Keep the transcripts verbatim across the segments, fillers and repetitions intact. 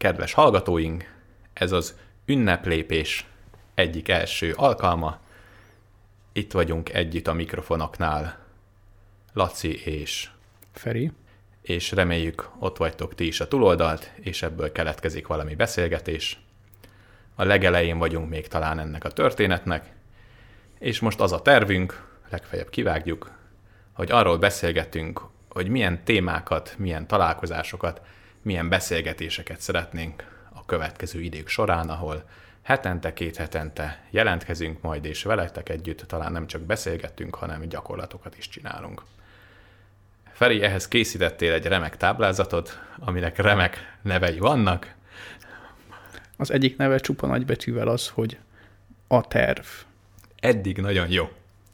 kedves hallgatóink, ez az ünneplépés egyik első alkalma. Itt vagyunk együtt a mikrofonoknál, Laci és Feri. És reméljük, ott vagytok ti is a túloldalt, és ebből keletkezik valami beszélgetés. A legelején vagyunk még talán ennek a történetnek, és most az a tervünk, legfeljebb kivágjuk, hogy arról beszélgetünk, hogy milyen témákat, milyen találkozásokat, milyen beszélgetéseket szeretnénk a következő idők során, ahol hetente, két hetente jelentkezünk majd, és veletek együtt talán nem csak beszélgetünk, hanem gyakorlatokat is csinálunk. Feri, ehhez készítettél egy remek táblázatot, aminek remek nevei vannak. Az egyik neve csupa nagybetűvel az, hogy a terv. Eddig nagyon jó.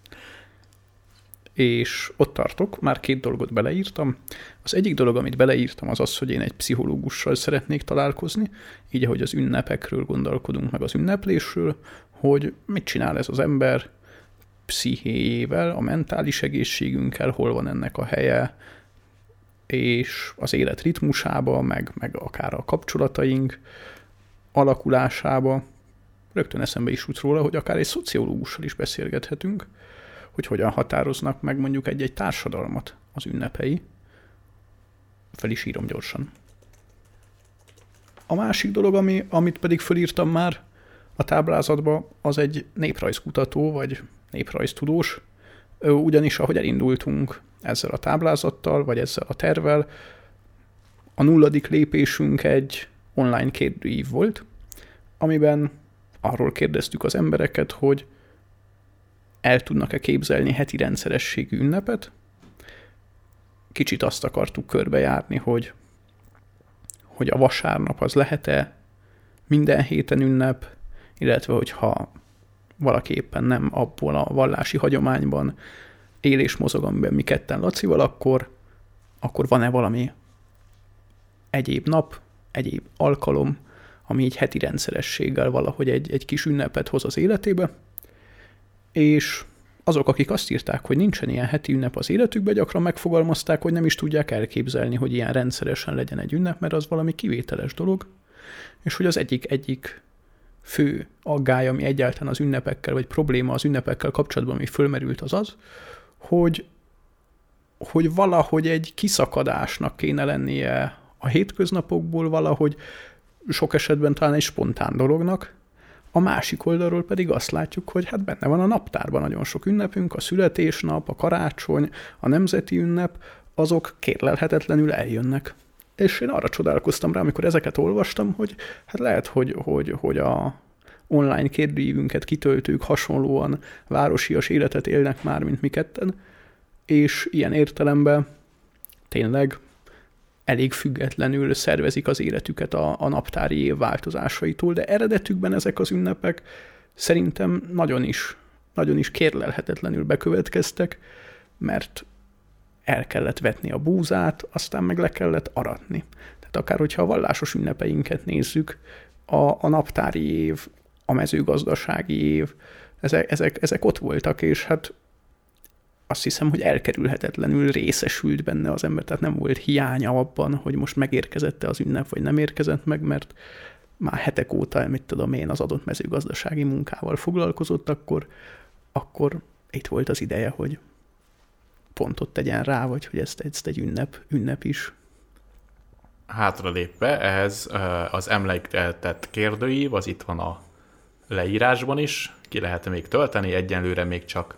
És ott tartok, már két dolgot beleírtam. Az egyik dolog, amit beleírtam, az az, hogy én egy pszichológussal szeretnék találkozni, így ahogy az ünnepekről gondolkodunk, meg az ünneplésről, hogy mit csinál ez az ember pszichéjével, a mentális egészségünkkel, hol van ennek a helye, és az élet ritmusába, meg, meg akár a kapcsolataink alakulásába. Rögtön eszembe is jut róla, hogy akár egy szociológussal is beszélgethetünk, hogy hogyan határoznak meg mondjuk egy-egy társadalmat az ünnepei. Fel is írom gyorsan. A másik dolog, ami, amit pedig felírtam már a táblázatba, az egy néprajzkutató, vagy néprajztudós, ugyanis ahogy elindultunk ezzel a táblázattal, vagy ezzel a tervvel, a nulladik lépésünk egy online kérdőív volt, amiben arról kérdeztük az embereket, hogy el tudnak-e képzelni heti rendszerességű ünnepet. Kicsit azt akartuk körbejárni, hogy, hogy a vasárnap az lehet-e minden héten ünnep, illetve hogyha valaki éppen nem abból a vallási hagyományban él és mozog, amiben mi ketten Lacival, akkor, akkor van-e valami egyéb nap, egyéb alkalom, ami egy heti rendszerességgel valahogy egy, egy kis ünnepet hoz az életébe. És azok, akik azt írták, hogy nincsen ilyen heti ünnep az életükben, gyakran megfogalmazták, hogy nem is tudják elképzelni, hogy ilyen rendszeresen legyen egy ünnep, mert az valami kivételes dolog, és hogy az egyik, egyik fő aggály, ami egyáltalán az ünnepekkel, vagy probléma az ünnepekkel kapcsolatban, ami fölmerült, az az, hogy, hogy valahogy egy kiszakadásnak kéne lennie a hétköznapokból, valahogy sok esetben talán egy spontán dolognak. A másik oldalról pedig azt látjuk, hogy hát benne van a naptárban nagyon sok ünnepünk, a születésnap, a karácsony, a nemzeti ünnep, azok kérlelhetetlenül eljönnek. És én arra csodálkoztam rá, amikor ezeket olvastam, hogy hát lehet, hogy, hogy, hogy a online kérdőívünket kitöltők hasonlóan városias életet élnek már, mint mi ketten, és ilyen értelemben tényleg elég függetlenül szervezik az életüket a, a naptári év változásaitól, de eredetükben ezek az ünnepek szerintem nagyon is, nagyon is kérlelhetetlenül bekövetkeztek, mert el kellett vetni a búzát, aztán meg le kellett aratni. Tehát akár, hogyha a vallásos ünnepeinket nézzük, a, a naptári év, a mezőgazdasági év, ezek, ezek, ezek ott voltak, és hát azt hiszem, hogy elkerülhetetlenül részesült benne az ember, tehát nem volt hiánya abban, hogy most megérkezette az ünnep, vagy nem érkezett meg, mert már hetek óta, mit tudom én, az adott mezőgazdasági munkával foglalkozott, akkor, akkor itt volt az ideje, hogy pontot tegyen rá, vagy hogy ezt, ezt egy ünnep, ünnep is. Hátralépve ehhez az emlegetett kérdőív, az itt van a leírásban is, ki lehet még tölteni, egyenlőre még csak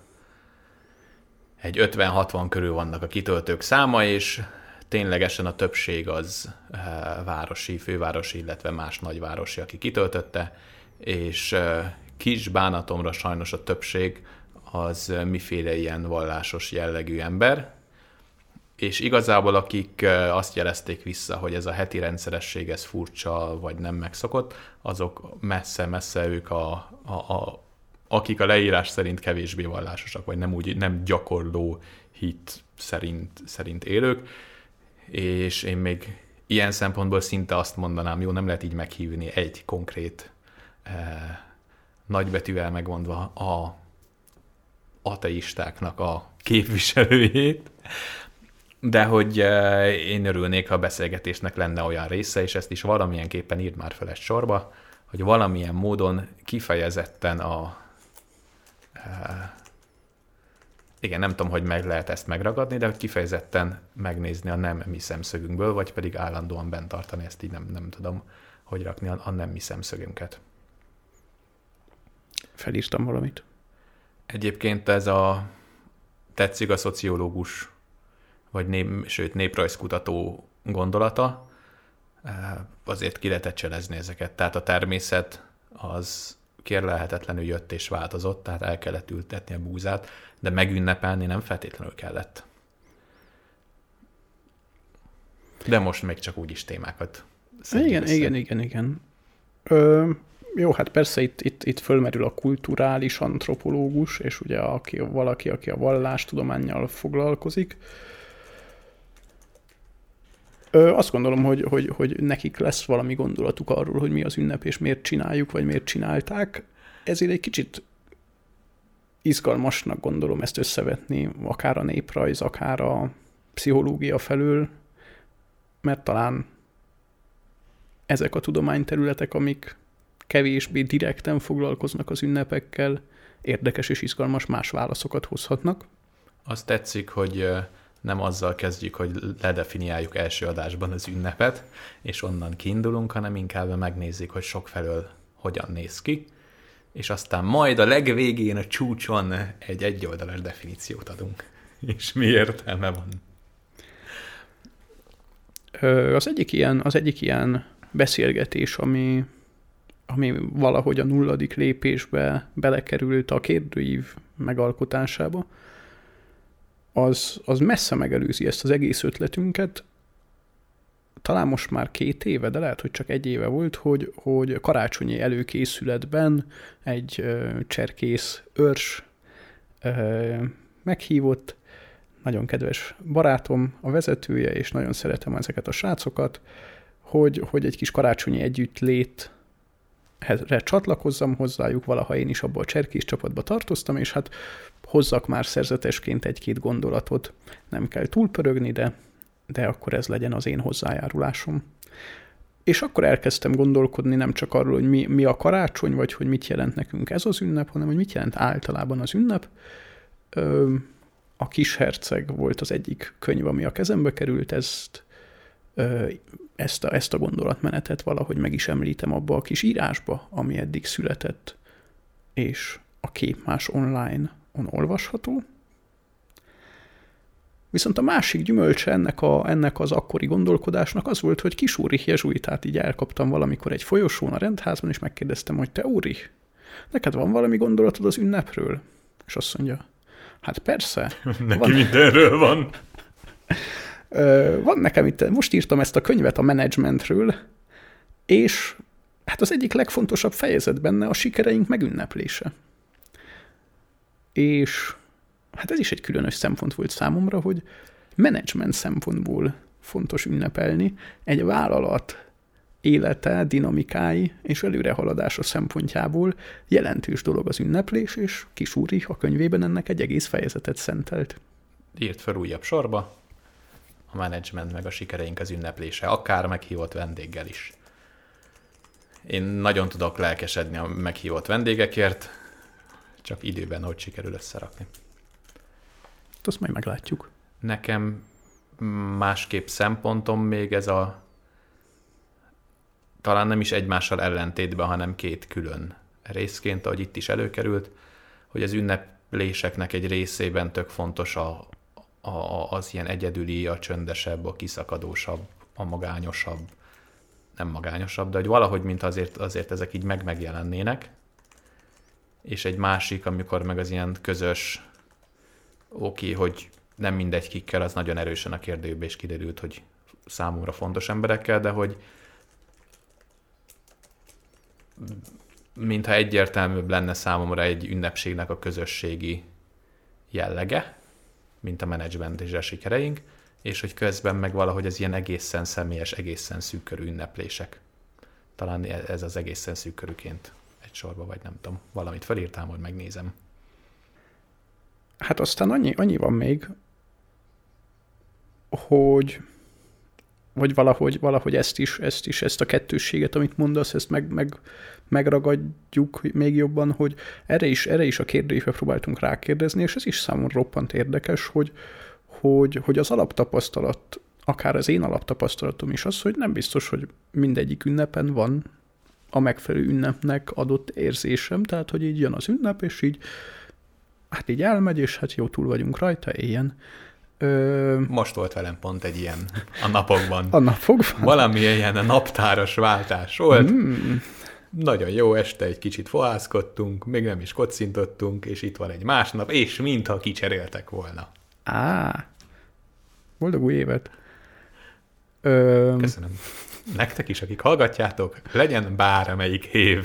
egy ötven-hatvan körül vannak a kitöltők száma, és ténylegesen a többség az városi, fővárosi, illetve más nagyvárosi, aki kitöltötte, és kis bánatomra sajnos a többség az miféle ilyen vallásos jellegű ember, és igazából akik azt jelezték vissza, hogy ez a heti rendszeresség, ez furcsa, vagy nem megszokott, azok messze-messze ők, a, a, a, akik a leírás szerint kevésbé vallásosak, vagy nem, úgy, nem gyakorló hit szerint, szerint élők, és én még ilyen szempontból szinte azt mondanám, jó, nem lehet így meghívni egy konkrét eh, nagybetűvel megmondva a ateistáknak a képviselőjét, De hogy én örülnék, ha a beszélgetésnek lenne olyan része, és ezt is valamilyenképpen írd már fel egy sorba, hogy valamilyen módon kifejezetten a... Igen, nem tudom, hogy meg lehet ezt megragadni, de hogy kifejezetten megnézni a nem mi szemszögünkből, vagy pedig állandóan bent tartani, ezt így nem, nem tudom, hogy rakni a, a nem mi szemszögünket. Felírtam valamit. Egyébként ez a tetszik a szociológus, vagy nép, sőt néprajzkutató gondolata, azért ki lehetett cselezni ezeket. Tehát a természet az kérlelhetetlenül jött és változott, tehát el kellett ültetni a búzát, de megünnepelni nem feltétlenül kellett. De most még csak úgyis témákat szedjük Igen, össze. igen, igen, igen. Ö, jó, hát persze itt, itt, itt fölmerül a kulturális antropológus, és ugye aki, valaki, aki a vallástudománnyal foglalkozik. Ö, azt gondolom, hogy, hogy, hogy nekik lesz valami gondolatuk arról, hogy mi az ünnep, és miért csináljuk, vagy miért csinálták. Ezért egy kicsit izgalmasnak gondolom ezt összevetni, akár a néprajz, akár a pszichológia felől, mert talán ezek a tudományterületek, amik kevésbé direkten foglalkoznak az ünnepekkel, érdekes és izgalmas más válaszokat hozhatnak. Azt tetszik, hogy nem azzal kezdjük, hogy ledefiniáljuk első adásban az ünnepet, és onnan kiindulunk, hanem inkább megnézzük, hogy sokfelől hogyan néz ki, és aztán majd a legvégén, a csúcson egy egyoldalas definíciót adunk. És mi értelme van? Az egyik ilyen, az egyik ilyen beszélgetés, ami, ami valahogy a nulladik lépésbe belekerült a kérdőív megalkotásába, az, az messze megelőzi ezt az egész ötletünket. Talán most már két éve, de lehet, hogy csak egy éve volt, hogy, hogy karácsonyi előkészületben egy ö, cserkész őrs ö, meghívott, nagyon kedves barátom, a vezetője, és nagyon szeretem ezeket a srácokat, hogy, hogy egy kis karácsonyi együttlétre csatlakozzam hozzájuk, valaha én is abba a cserkész csapatba tartoztam, és hát hozzak már szerzetesként egy-két gondolatot. Nem kell túlpörögni, de, de akkor ez legyen az én hozzájárulásom. És akkor elkezdtem gondolkodni nem csak arról, hogy mi, mi a karácsony, vagy hogy mit jelent nekünk ez az ünnep, hanem hogy mit jelent általában az ünnep. Ö, A Kisherceg volt az egyik könyv, ami a kezembe került, ezt, ezt, a, ezt a gondolatmenetet valahogy meg is említem abba a kis írásba, ami eddig született, és a Képmás online-on olvasható. Viszont a másik gyümölcse ennek, a, ennek az akkori gondolkodásnak az volt, hogy kis Úrich jezsuitát így elkaptam valamikor egy folyosón a rendházban, és megkérdeztem, hogy te Úrich, neked van valami gondolatod az ünnepről? És azt mondja, hát persze. Neki van, mindenről van. Van nekem itt, most írtam ezt a könyvet a menedzsmentről, és hát az egyik legfontosabb fejezet benne a sikereink megünneplése. És hát ez is egy különös szempont volt számomra, hogy menedzsment szempontból fontos ünnepelni egy vállalat élete, dinamikái és előrehaladása szempontjából jelentős dolog az ünneplés, és Kis Úrich a könyvében ennek egy egész fejezetet szentelt. Írt fel újabb sorba, a menedzsment meg a sikereink az ünneplése, akár meghívott vendéggel is. Én nagyon tudok lelkesedni a meghívott vendégekért, csak időben, hogy sikerül összerakni. Azt majd meglátjuk. Nekem másképp szempontom még ez a talán nem is egymással ellentétben, hanem két külön részként, ahogy itt is előkerült, hogy az ünnepléseknek egy részében tök fontos a, a, az ilyen egyedüli, a csöndesebb, a kiszakadósabb, a magányosabb, nem magányosabb, de hogy valahogy mint azért, azért ezek így meg megjelennének. És egy másik, amikor meg az ilyen közös, oké, okay, hogy nem mindegy kikkel, az nagyon erősen a kérdőjébe is kiderült, hogy számomra fontos emberekkel, de hogy mintha egyértelműbb lenne számomra egy ünnepségnek a közösségi jellege, mint a menedzsment és a sikereink, és hogy közben meg valahogy az ilyen egészen személyes, egészen szűkkörű ünneplések. Talán ez az egészen szűkkörűként egy sorba, vagy nem tudom. Valamit felírtam, hogy megnézem. Hát aztán annyi, annyi van még, hogy vagy valahogy, valahogy ezt is, ezt is, ezt a kettősséget, amit mondasz, ezt meg, meg, megragadjuk még jobban, hogy erre is, erre is a kérdőívbe próbáltunk rákérdezni, és ez is számomra roppant érdekes, hogy, hogy, hogy az alaptapasztalat, akár az én alaptapasztalatom is az, hogy nem biztos, hogy mindegyik ünnepen van a megfelelő ünnepnek adott érzésem, tehát, hogy így jön az ünnep, és így hát így elmegy, és hát jó, túl vagyunk rajta, éljen. Ö... Most volt velem pont egy ilyen a napokban. A napokban? Valami ilyen naptáros váltás volt. Mm. Nagyon jó este, egy kicsit fohászkodtunk, még nem is kocintottunk, és itt van egy másnap, és mintha kicseréltek volna. Á, boldog új évet! Ö... Köszönöm. Nektek is, akik hallgatjátok, legyen bármelyik év.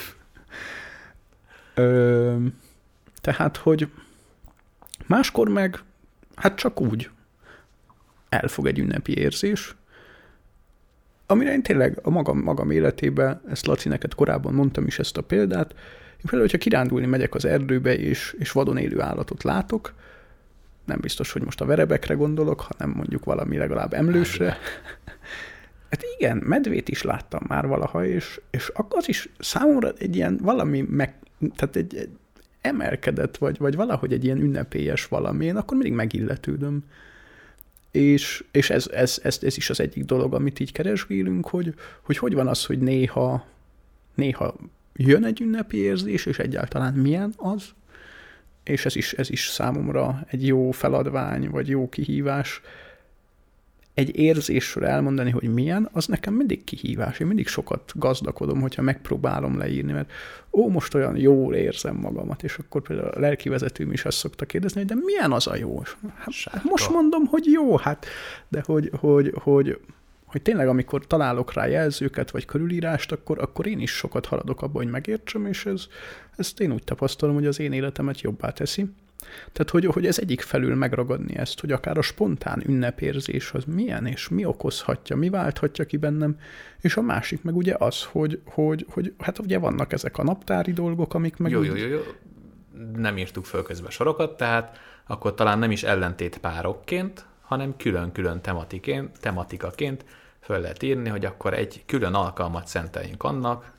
Ö... Tehát, hogy máskor meg, hát csak úgy elfog egy ünnepi érzés, amire én tényleg a magam, magam életében, ezt Laci, neked korábban mondtam is ezt a példát, én például, hogyha kirándulni megyek az erdőbe, és, és vadon élő állatot látok, nem biztos, hogy most a verebekre gondolok, hanem mondjuk valami legalább emlősre. Hát igen, medvét is láttam már valaha, és, és az is számomra egy ilyen valami, meg, tehát egy, egy emelkedett, vagy, vagy valahogy egy ilyen ünnepélyes valami, én akkor mindig megilletődöm. És, és ez, ez, ez, ez is az egyik dolog, amit így keresgélünk, hogy hogy, hogy van az, hogy néha, néha jön egy ünnepi érzés, és egyáltalán milyen az, és ez is, ez is számomra egy jó feladvány, vagy jó kihívás. Egy érzésről elmondani, hogy milyen, az nekem mindig kihívás. Én mindig sokat gazdagodom, hogyha megpróbálom leírni, mert ó, most olyan jól érzem magamat, és akkor például a lelkivezetőm is azt szokta kérdezni, hogy de milyen az a jó? Hát, most mondom, hogy jó, hát, de hogy, hogy, hogy, hogy tényleg, amikor találok rá jelzőket, vagy körülírást, akkor, akkor én is sokat haladok abba, hogy megértsem, és ez, ezt én úgy tapasztalom, hogy az én életemet jobbá teszi. Tehát, hogy, hogy ez egyik felül megragadni ezt, hogy akár a spontán ünnepérzés az milyen, és mi okozhatja, mi válthatja ki bennem, és a másik meg ugye az, hogy, hogy, hogy hát ugye vannak ezek a naptári dolgok, amik meg... Jó, jó, jó, jó. Nem írtuk föl közben sorokat, tehát akkor talán nem is ellentét párokként, hanem külön-külön tematiként, tematikaként föl lehet írni, hogy akkor egy külön alkalmat szenteljünk annak,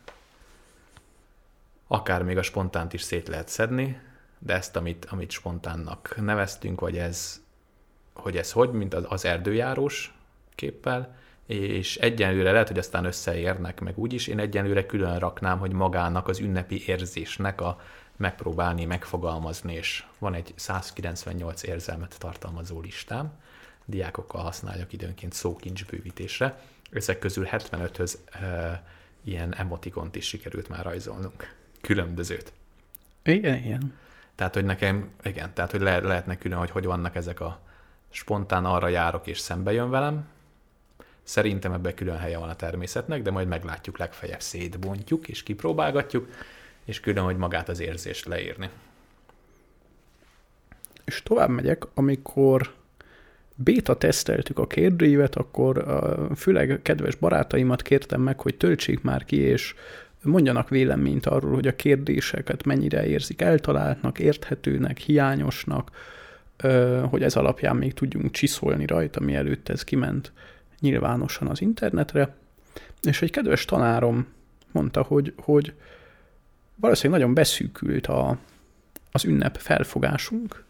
akár még a spontánt is szét lehet szedni, de ezt, amit, amit spontánnak neveztünk, vagy ez, hogy ez hogy, mint az, az erdőjárós képpel, és egyenlőre lehet, hogy aztán összeérnek meg úgyis, én egyenlőre külön raknám, hogy magának az ünnepi érzésnek a megpróbálni, megfogalmazni, és van egy száz kilencvennyolc érzelmet tartalmazó listám, diákokkal használjak időnként szókincsbővítésre, ezek közül hetvenöthöz e, ilyen emotikont is sikerült már rajzolnunk, különbözőt. Igen, igen. Tehát, hogy nekem, igen, tehát, hogy le, lehetne külön, hogy hogy vannak ezek a spontán arra járok és szembe jön velem. Szerintem ebben külön helye van a természetnek, de majd meglátjuk, legfeljebb szétbontjuk és kipróbálgatjuk, és külön, hogy magát az érzést leírni. És tovább megyek, amikor béta teszteltük a kérdőívet, akkor főleg kedves barátaimat kértem meg, hogy töltsék már ki, és mondjanak véleményt arról, hogy a kérdéseket mennyire érzik eltaláltnak, érthetőnek, hiányosnak, hogy ez alapján még tudjunk csiszolni rajta, mielőtt ez kiment nyilvánosan az internetre. És egy kedves tanárom mondta, hogy, hogy valószínűleg nagyon beszűkült a, az ünnep felfogásunk,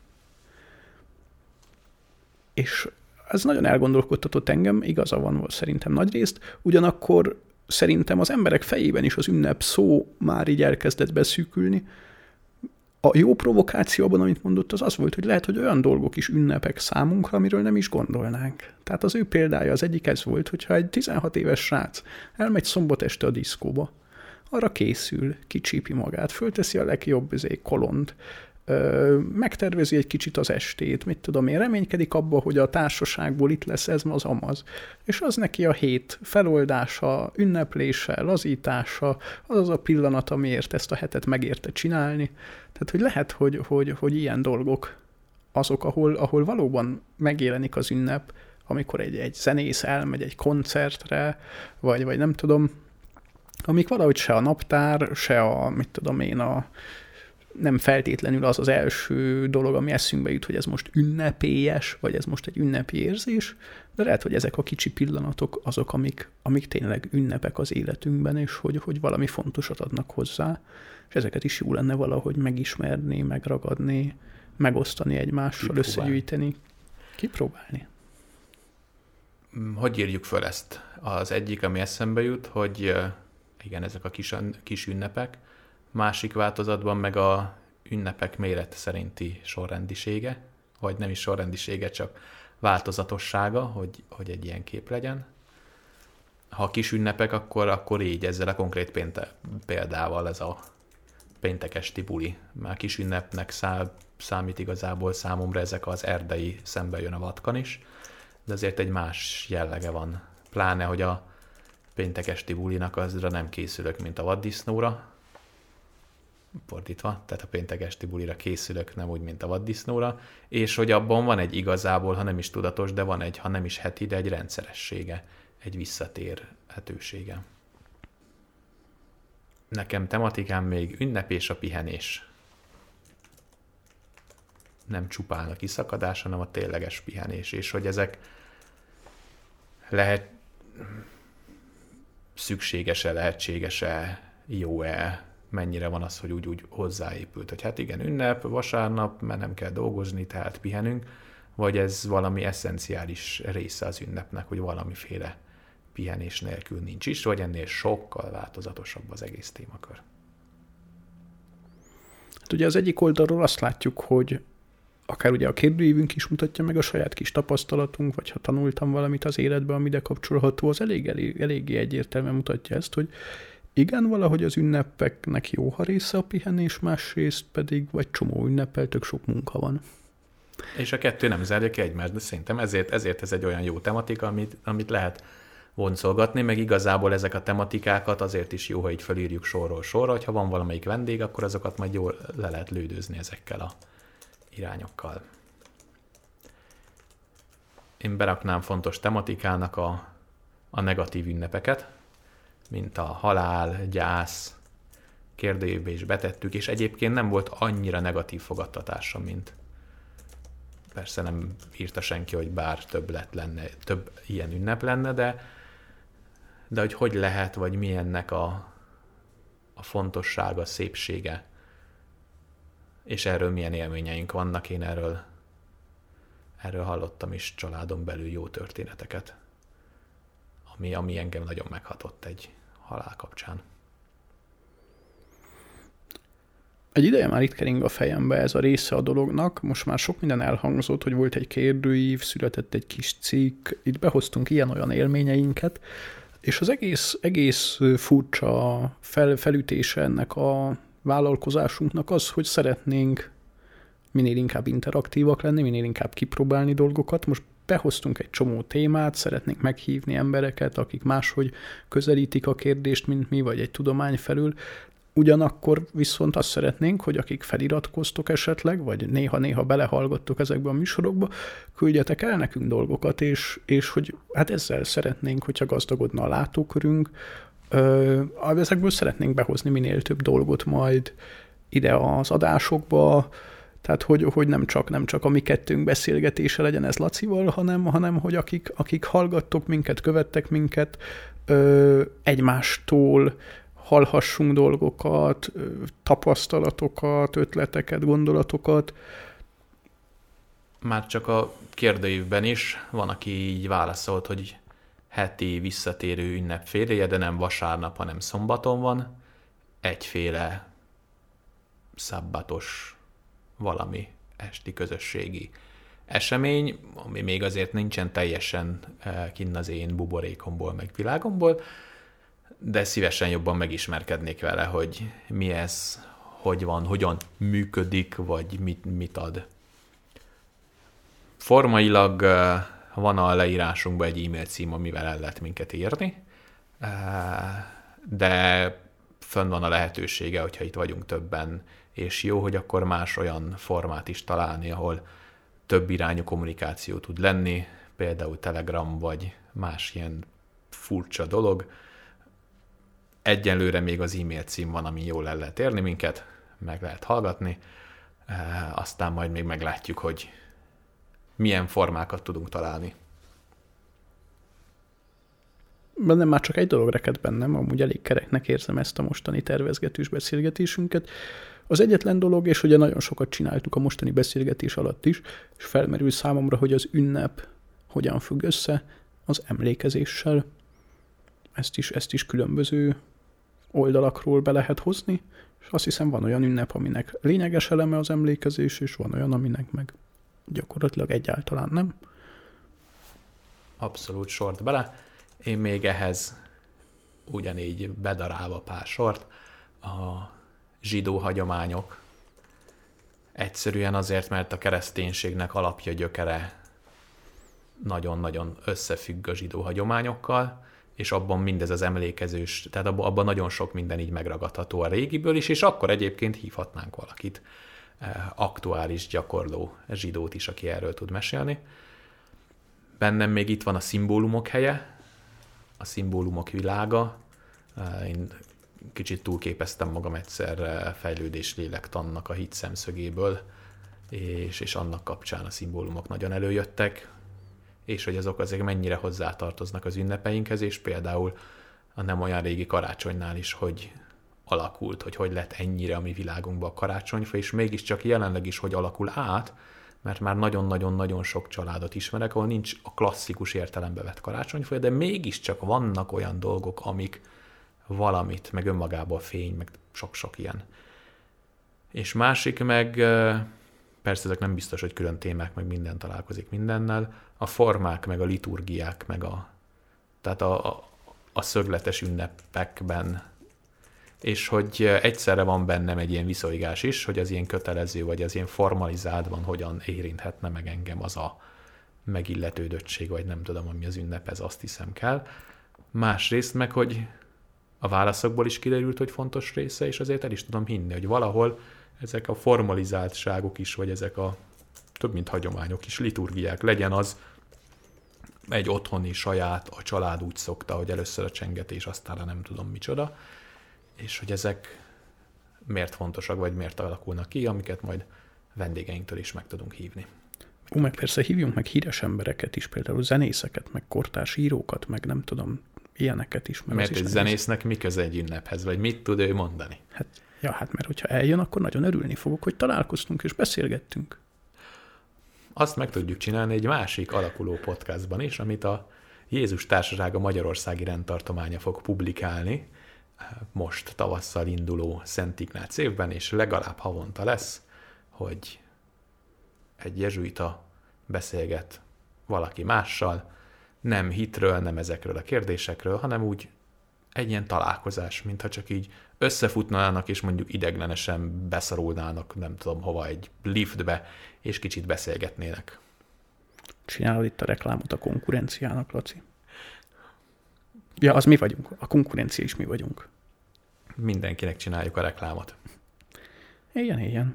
és ez nagyon elgondolkodtatott engem, igaza van szerintem nagyrészt, ugyanakkor szerintem az emberek fejében is az ünnep szó már így elkezdett beszűkülni. A jó provokáció abban, amit mondott, az az volt, hogy lehet, hogy olyan dolgok is ünnepek számunkra, amiről nem is gondolnánk. Tehát az ő példája az egyik ez volt, hogyha egy tizenhat éves srác elmegy szombat este a diszkóba, arra készül, kicsípi magát, fölteszi a legjobb kolont, megtervezi egy kicsit az estét, mit tudom én, reménykedik abba, hogy a társaságból itt lesz ez, az, amaz. És az neki a hét feloldása, ünneplése, lazítása, az az a pillanat, amiért ezt a hetet megérte csinálni. Tehát, hogy lehet, hogy, hogy, hogy ilyen dolgok azok, ahol, ahol valóban megjelenik az ünnep, amikor egy, egy zenész elmegy egy koncertre, vagy, vagy nem tudom, amik valahogy se a naptár, se a, mit tudom én, a nem feltétlenül az az első dolog, ami eszünkbe jut, hogy ez most ünnepélyes, vagy ez most egy ünnepi érzés, de lehet, hogy ezek a kicsi pillanatok azok, amik, amik tényleg ünnepek az életünkben, és hogy, hogy valami fontosat adnak hozzá, és ezeket is jó lenne valahogy megismerni, megragadni, megosztani egymással, Kipróbálni. összegyűjteni, kipróbálni. Hogy írjuk föl ezt? Az egyik, ami eszembe jut, hogy igen, ezek a kis, kis ünnepek, másik változatban meg a ünnepek méret szerinti sorrendisége, vagy nem is sorrendisége, csak változatossága, hogy, hogy egy ilyen kép legyen. Ha kis ünnepek, akkor, akkor így ezzel a konkrét pénte, példával ez a péntek esti buli. Már kis ünnepnek szá, számít igazából számomra ezek az erdei szembe jön a vatkan is, de azért egy más jellege van. Pláne, hogy a péntek esti bulinak azra nem készülök, mint a vaddisznóra. Fordítva, tehát a péntek esti bulira készülök, nem úgy, mint a vaddisznóra, és hogy abban van egy igazából, ha nem is tudatos, de van egy, ha nem is heti, de egy rendszeressége, egy visszatérhetősége. Nekem tematikám még ünnep és a pihenés. Nem csupán a kiszakadás, hanem a tényleges pihenés, és hogy ezek lehet szükséges-e, lehetséges-e, jó-e, mennyire van az, hogy úgy, úgy hozzáépült, hogy hát igen, ünnep, vasárnap, mert nem kell dolgozni, tehát pihenünk, vagy ez valami eszenciális része az ünnepnek, hogy valamiféle pihenés nélkül nincs is, vagy ennél sokkal változatosabb az egész témakör. Hát ugye az egyik oldalról azt látjuk, hogy akár ugye a kérdőívünk is mutatja meg a saját kis tapasztalatunk, vagy ha tanultam valamit az életben, ami ide kapcsolható, az elég, elég, eléggé egyértelműen mutatja ezt, hogy igen, valahogy az ünnepeknek jó, ha része a pihenés, másrészt pedig, vagy csomó ünnepel, tök sok munka van. És a kettő nem zárja ki egymást, de szerintem ezért, ezért ez egy olyan jó tematika, amit, amit lehet voncolgatni, meg igazából ezek a tematikákat azért is jó, ha így felírjuk sorról sorra, hogyha van valamelyik vendég, akkor azokat majd jól le lehet lődözni ezekkel a irányokkal. Én beraknám fontos tematikának a, a negatív ünnepeket, mint a halál, gyász, kérdőjébe is betettük, és egyébként nem volt annyira negatív fogadtatása, mint persze nem írta senki, hogy bár több lett lenne, több ilyen ünnep lenne, de, de hogy hogy lehet, vagy milyennek a, a fontossága, szépsége, és erről milyen élményeink vannak, én erről, erről hallottam is családon belül jó történeteket, ami, ami engem nagyon meghatott egy halál kapcsán. Egy ideje már itt kering a fejembe ez a része a dolognak, most már sok minden elhangzott, hogy volt egy kérdőív, született egy kis cikk, itt behoztunk ilyen-olyan élményeinket, és az egész, egész furcsa fel, felütése ennek a vállalkozásunknak az, hogy szeretnénk minél inkább interaktívak lenni, minél inkább kipróbálni dolgokat. Most behoztunk egy csomó témát, szeretnénk meghívni embereket, akik máshogy közelítik a kérdést, mint mi, vagy egy tudomány felül. Ugyanakkor viszont azt szeretnénk, hogy akik feliratkoztok esetleg, vagy néha-néha belehallgattok ezekbe a műsorokba, küldjetek el nekünk dolgokat, és, és hogy hát ezzel szeretnénk, hogyha gazdagodna a látókörünk. Ö, ezekből szeretnénk behozni minél több dolgot majd ide az adásokba, tehát hogy, hogy nem, csak, nem csak a mi kettőnk beszélgetése legyen ez Lacival, hanem, hanem hogy akik, akik hallgattok minket, követtek minket, ö, egymástól hallhassunk dolgokat, tapasztalatokat, ötleteket, gondolatokat. Már csak a kérdőívben is van, aki így válaszolt, hogy heti visszatérő ünnepféléje, de nem vasárnap, hanem szombaton van. Egyféle szabbatos valami esti közösségi esemény, ami még azért nincsen teljesen kinn az én buborékomból, meg világomból, de szívesen jobban megismerkednék vele, hogy mi ez, hogy van, hogyan működik, vagy mit, mit ad. Formailag van a leírásunkban egy e-mail cím, amivel el lehet minket írni, de fönn van a lehetősége, hogyha itt vagyunk többen, és jó, hogy akkor más olyan formát is találni, ahol több irányú kommunikáció tud lenni, például Telegram, vagy más ilyen furcsa dolog. Egyenlőre még az e-mail cím van, ami jól el lehet érni minket, meg lehet hallgatni. Aztán majd még meglátjuk, hogy milyen formákat tudunk találni. Bennem már csak egy dolog reked bennem, amúgy elég kereknek érzem ezt a mostani tervezgetős beszélgetésünket. Az egyetlen dolog, és ugye nagyon sokat csináltuk a mostani beszélgetés alatt is, és felmerül számomra, hogy az ünnep hogyan függ össze az emlékezéssel. Ezt is, ezt is különböző oldalakról be lehet hozni, és azt hiszem van olyan ünnep, aminek lényeges eleme az emlékezés, és van olyan, aminek meg gyakorlatilag egyáltalán nem. Abszolút sort bele. Én még ehhez ugyanígy bedarálva pár sort. A zsidó hagyományok. Egyszerűen azért, mert a kereszténységnek alapja, gyökere nagyon-nagyon összefügg a zsidó hagyományokkal, és abban mindez az emlékezős, tehát abban, abban nagyon sok minden így megragadható a régiből is, és akkor egyébként hívhatnánk valakit, aktuális gyakorló zsidót is, aki erről tud mesélni. Bennem még itt van a szimbólumok helye, a szimbólumok világa. Én kicsit túlképeztem magam egyszer fejlődés lélektannak a hit szemszögéből, és, és annak kapcsán a szimbólumok nagyon előjöttek, és hogy azok azért mennyire hozzátartoznak az ünnepeinkhez, és például a nem olyan régi karácsonynál is, hogy alakult, hogy hogy lett ennyire a mi világunkban a karácsonyfa, és mégiscsak jelenleg is, hogy alakul át, mert már nagyon-nagyon-nagyon sok családot ismerek, ahol nincs a klasszikus értelembe vett karácsonyfa, de mégiscsak vannak olyan dolgok, amik valamit, meg önmagából fény, meg sok-sok ilyen. És másik meg, persze ezek nem biztos, hogy külön témák, meg minden találkozik mindennel, a formák, meg a liturgiák, meg a, tehát a, a, a szögletes ünnepekben, és hogy egyszerre van bennem egy ilyen viszolygás is, hogy az ilyen kötelező, vagy az ilyen formalizált van, hogyan érinthetne meg engem az a megilletődöttség, vagy nem tudom, ami az ünnep, ez azt hiszem kell. Másrészt meg, hogy a válaszokból is kiderült, hogy fontos része, és azért el is tudom hinni, hogy valahol ezek a formalizáltságok is, vagy ezek a több mint hagyományok is, liturgiák, legyen az egy otthoni saját, a család úgy szokta, hogy először a csengetés, aztán nem tudom micsoda, és hogy ezek miért fontosak, vagy miért alakulnak ki, amiket majd vendégeinktől is meg tudunk hívni. Ó, meg persze hívjunk meg híres embereket is, például zenészeket, meg kortárs írókat, meg nem tudom, ilyeneket is. Mert egy zenésznek mi köze egy ünnephez, vagy mit tud ő mondani? Hát, ja, hát mert hogyha eljön, akkor nagyon örülni fogok, hogy találkoztunk és beszélgettünk. Azt meg tudjuk csinálni egy másik alakuló podcastban is, amit a Jézus Társasága Magyarországi Rendtartománya fog publikálni, most tavasszal induló Szent Ignác évben, és legalább havonta lesz, hogy egy jezsuita beszélget valaki mással, nem hitről, nem ezekről a kérdésekről, hanem úgy egy ilyen találkozás, mintha csak így összefutnának, és mondjuk ideglenesen beszorulnának, nem tudom hova, egy liftbe, és kicsit beszélgetnének. Csinálod itt a reklámot a konkurenciának, Laci? Ja, az mi vagyunk. A konkurencia is mi vagyunk. Mindenkinek csináljuk a reklámot. Ilyen, ilyen.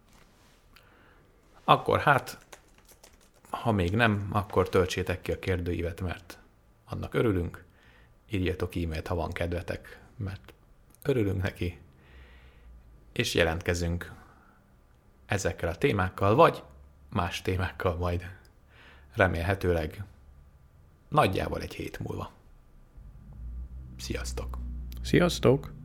Akkor hát, ha még nem, akkor töltsétek ki a kérdőívet, mert annak örülünk. Írjatok e-mailt, ha van kedvetek, mert örülünk neki. És jelentkezünk ezekkel a témákkal, vagy más témákkal majd remélhetőleg nagyjából egy hét múlva. Sziasztok! Sziasztok!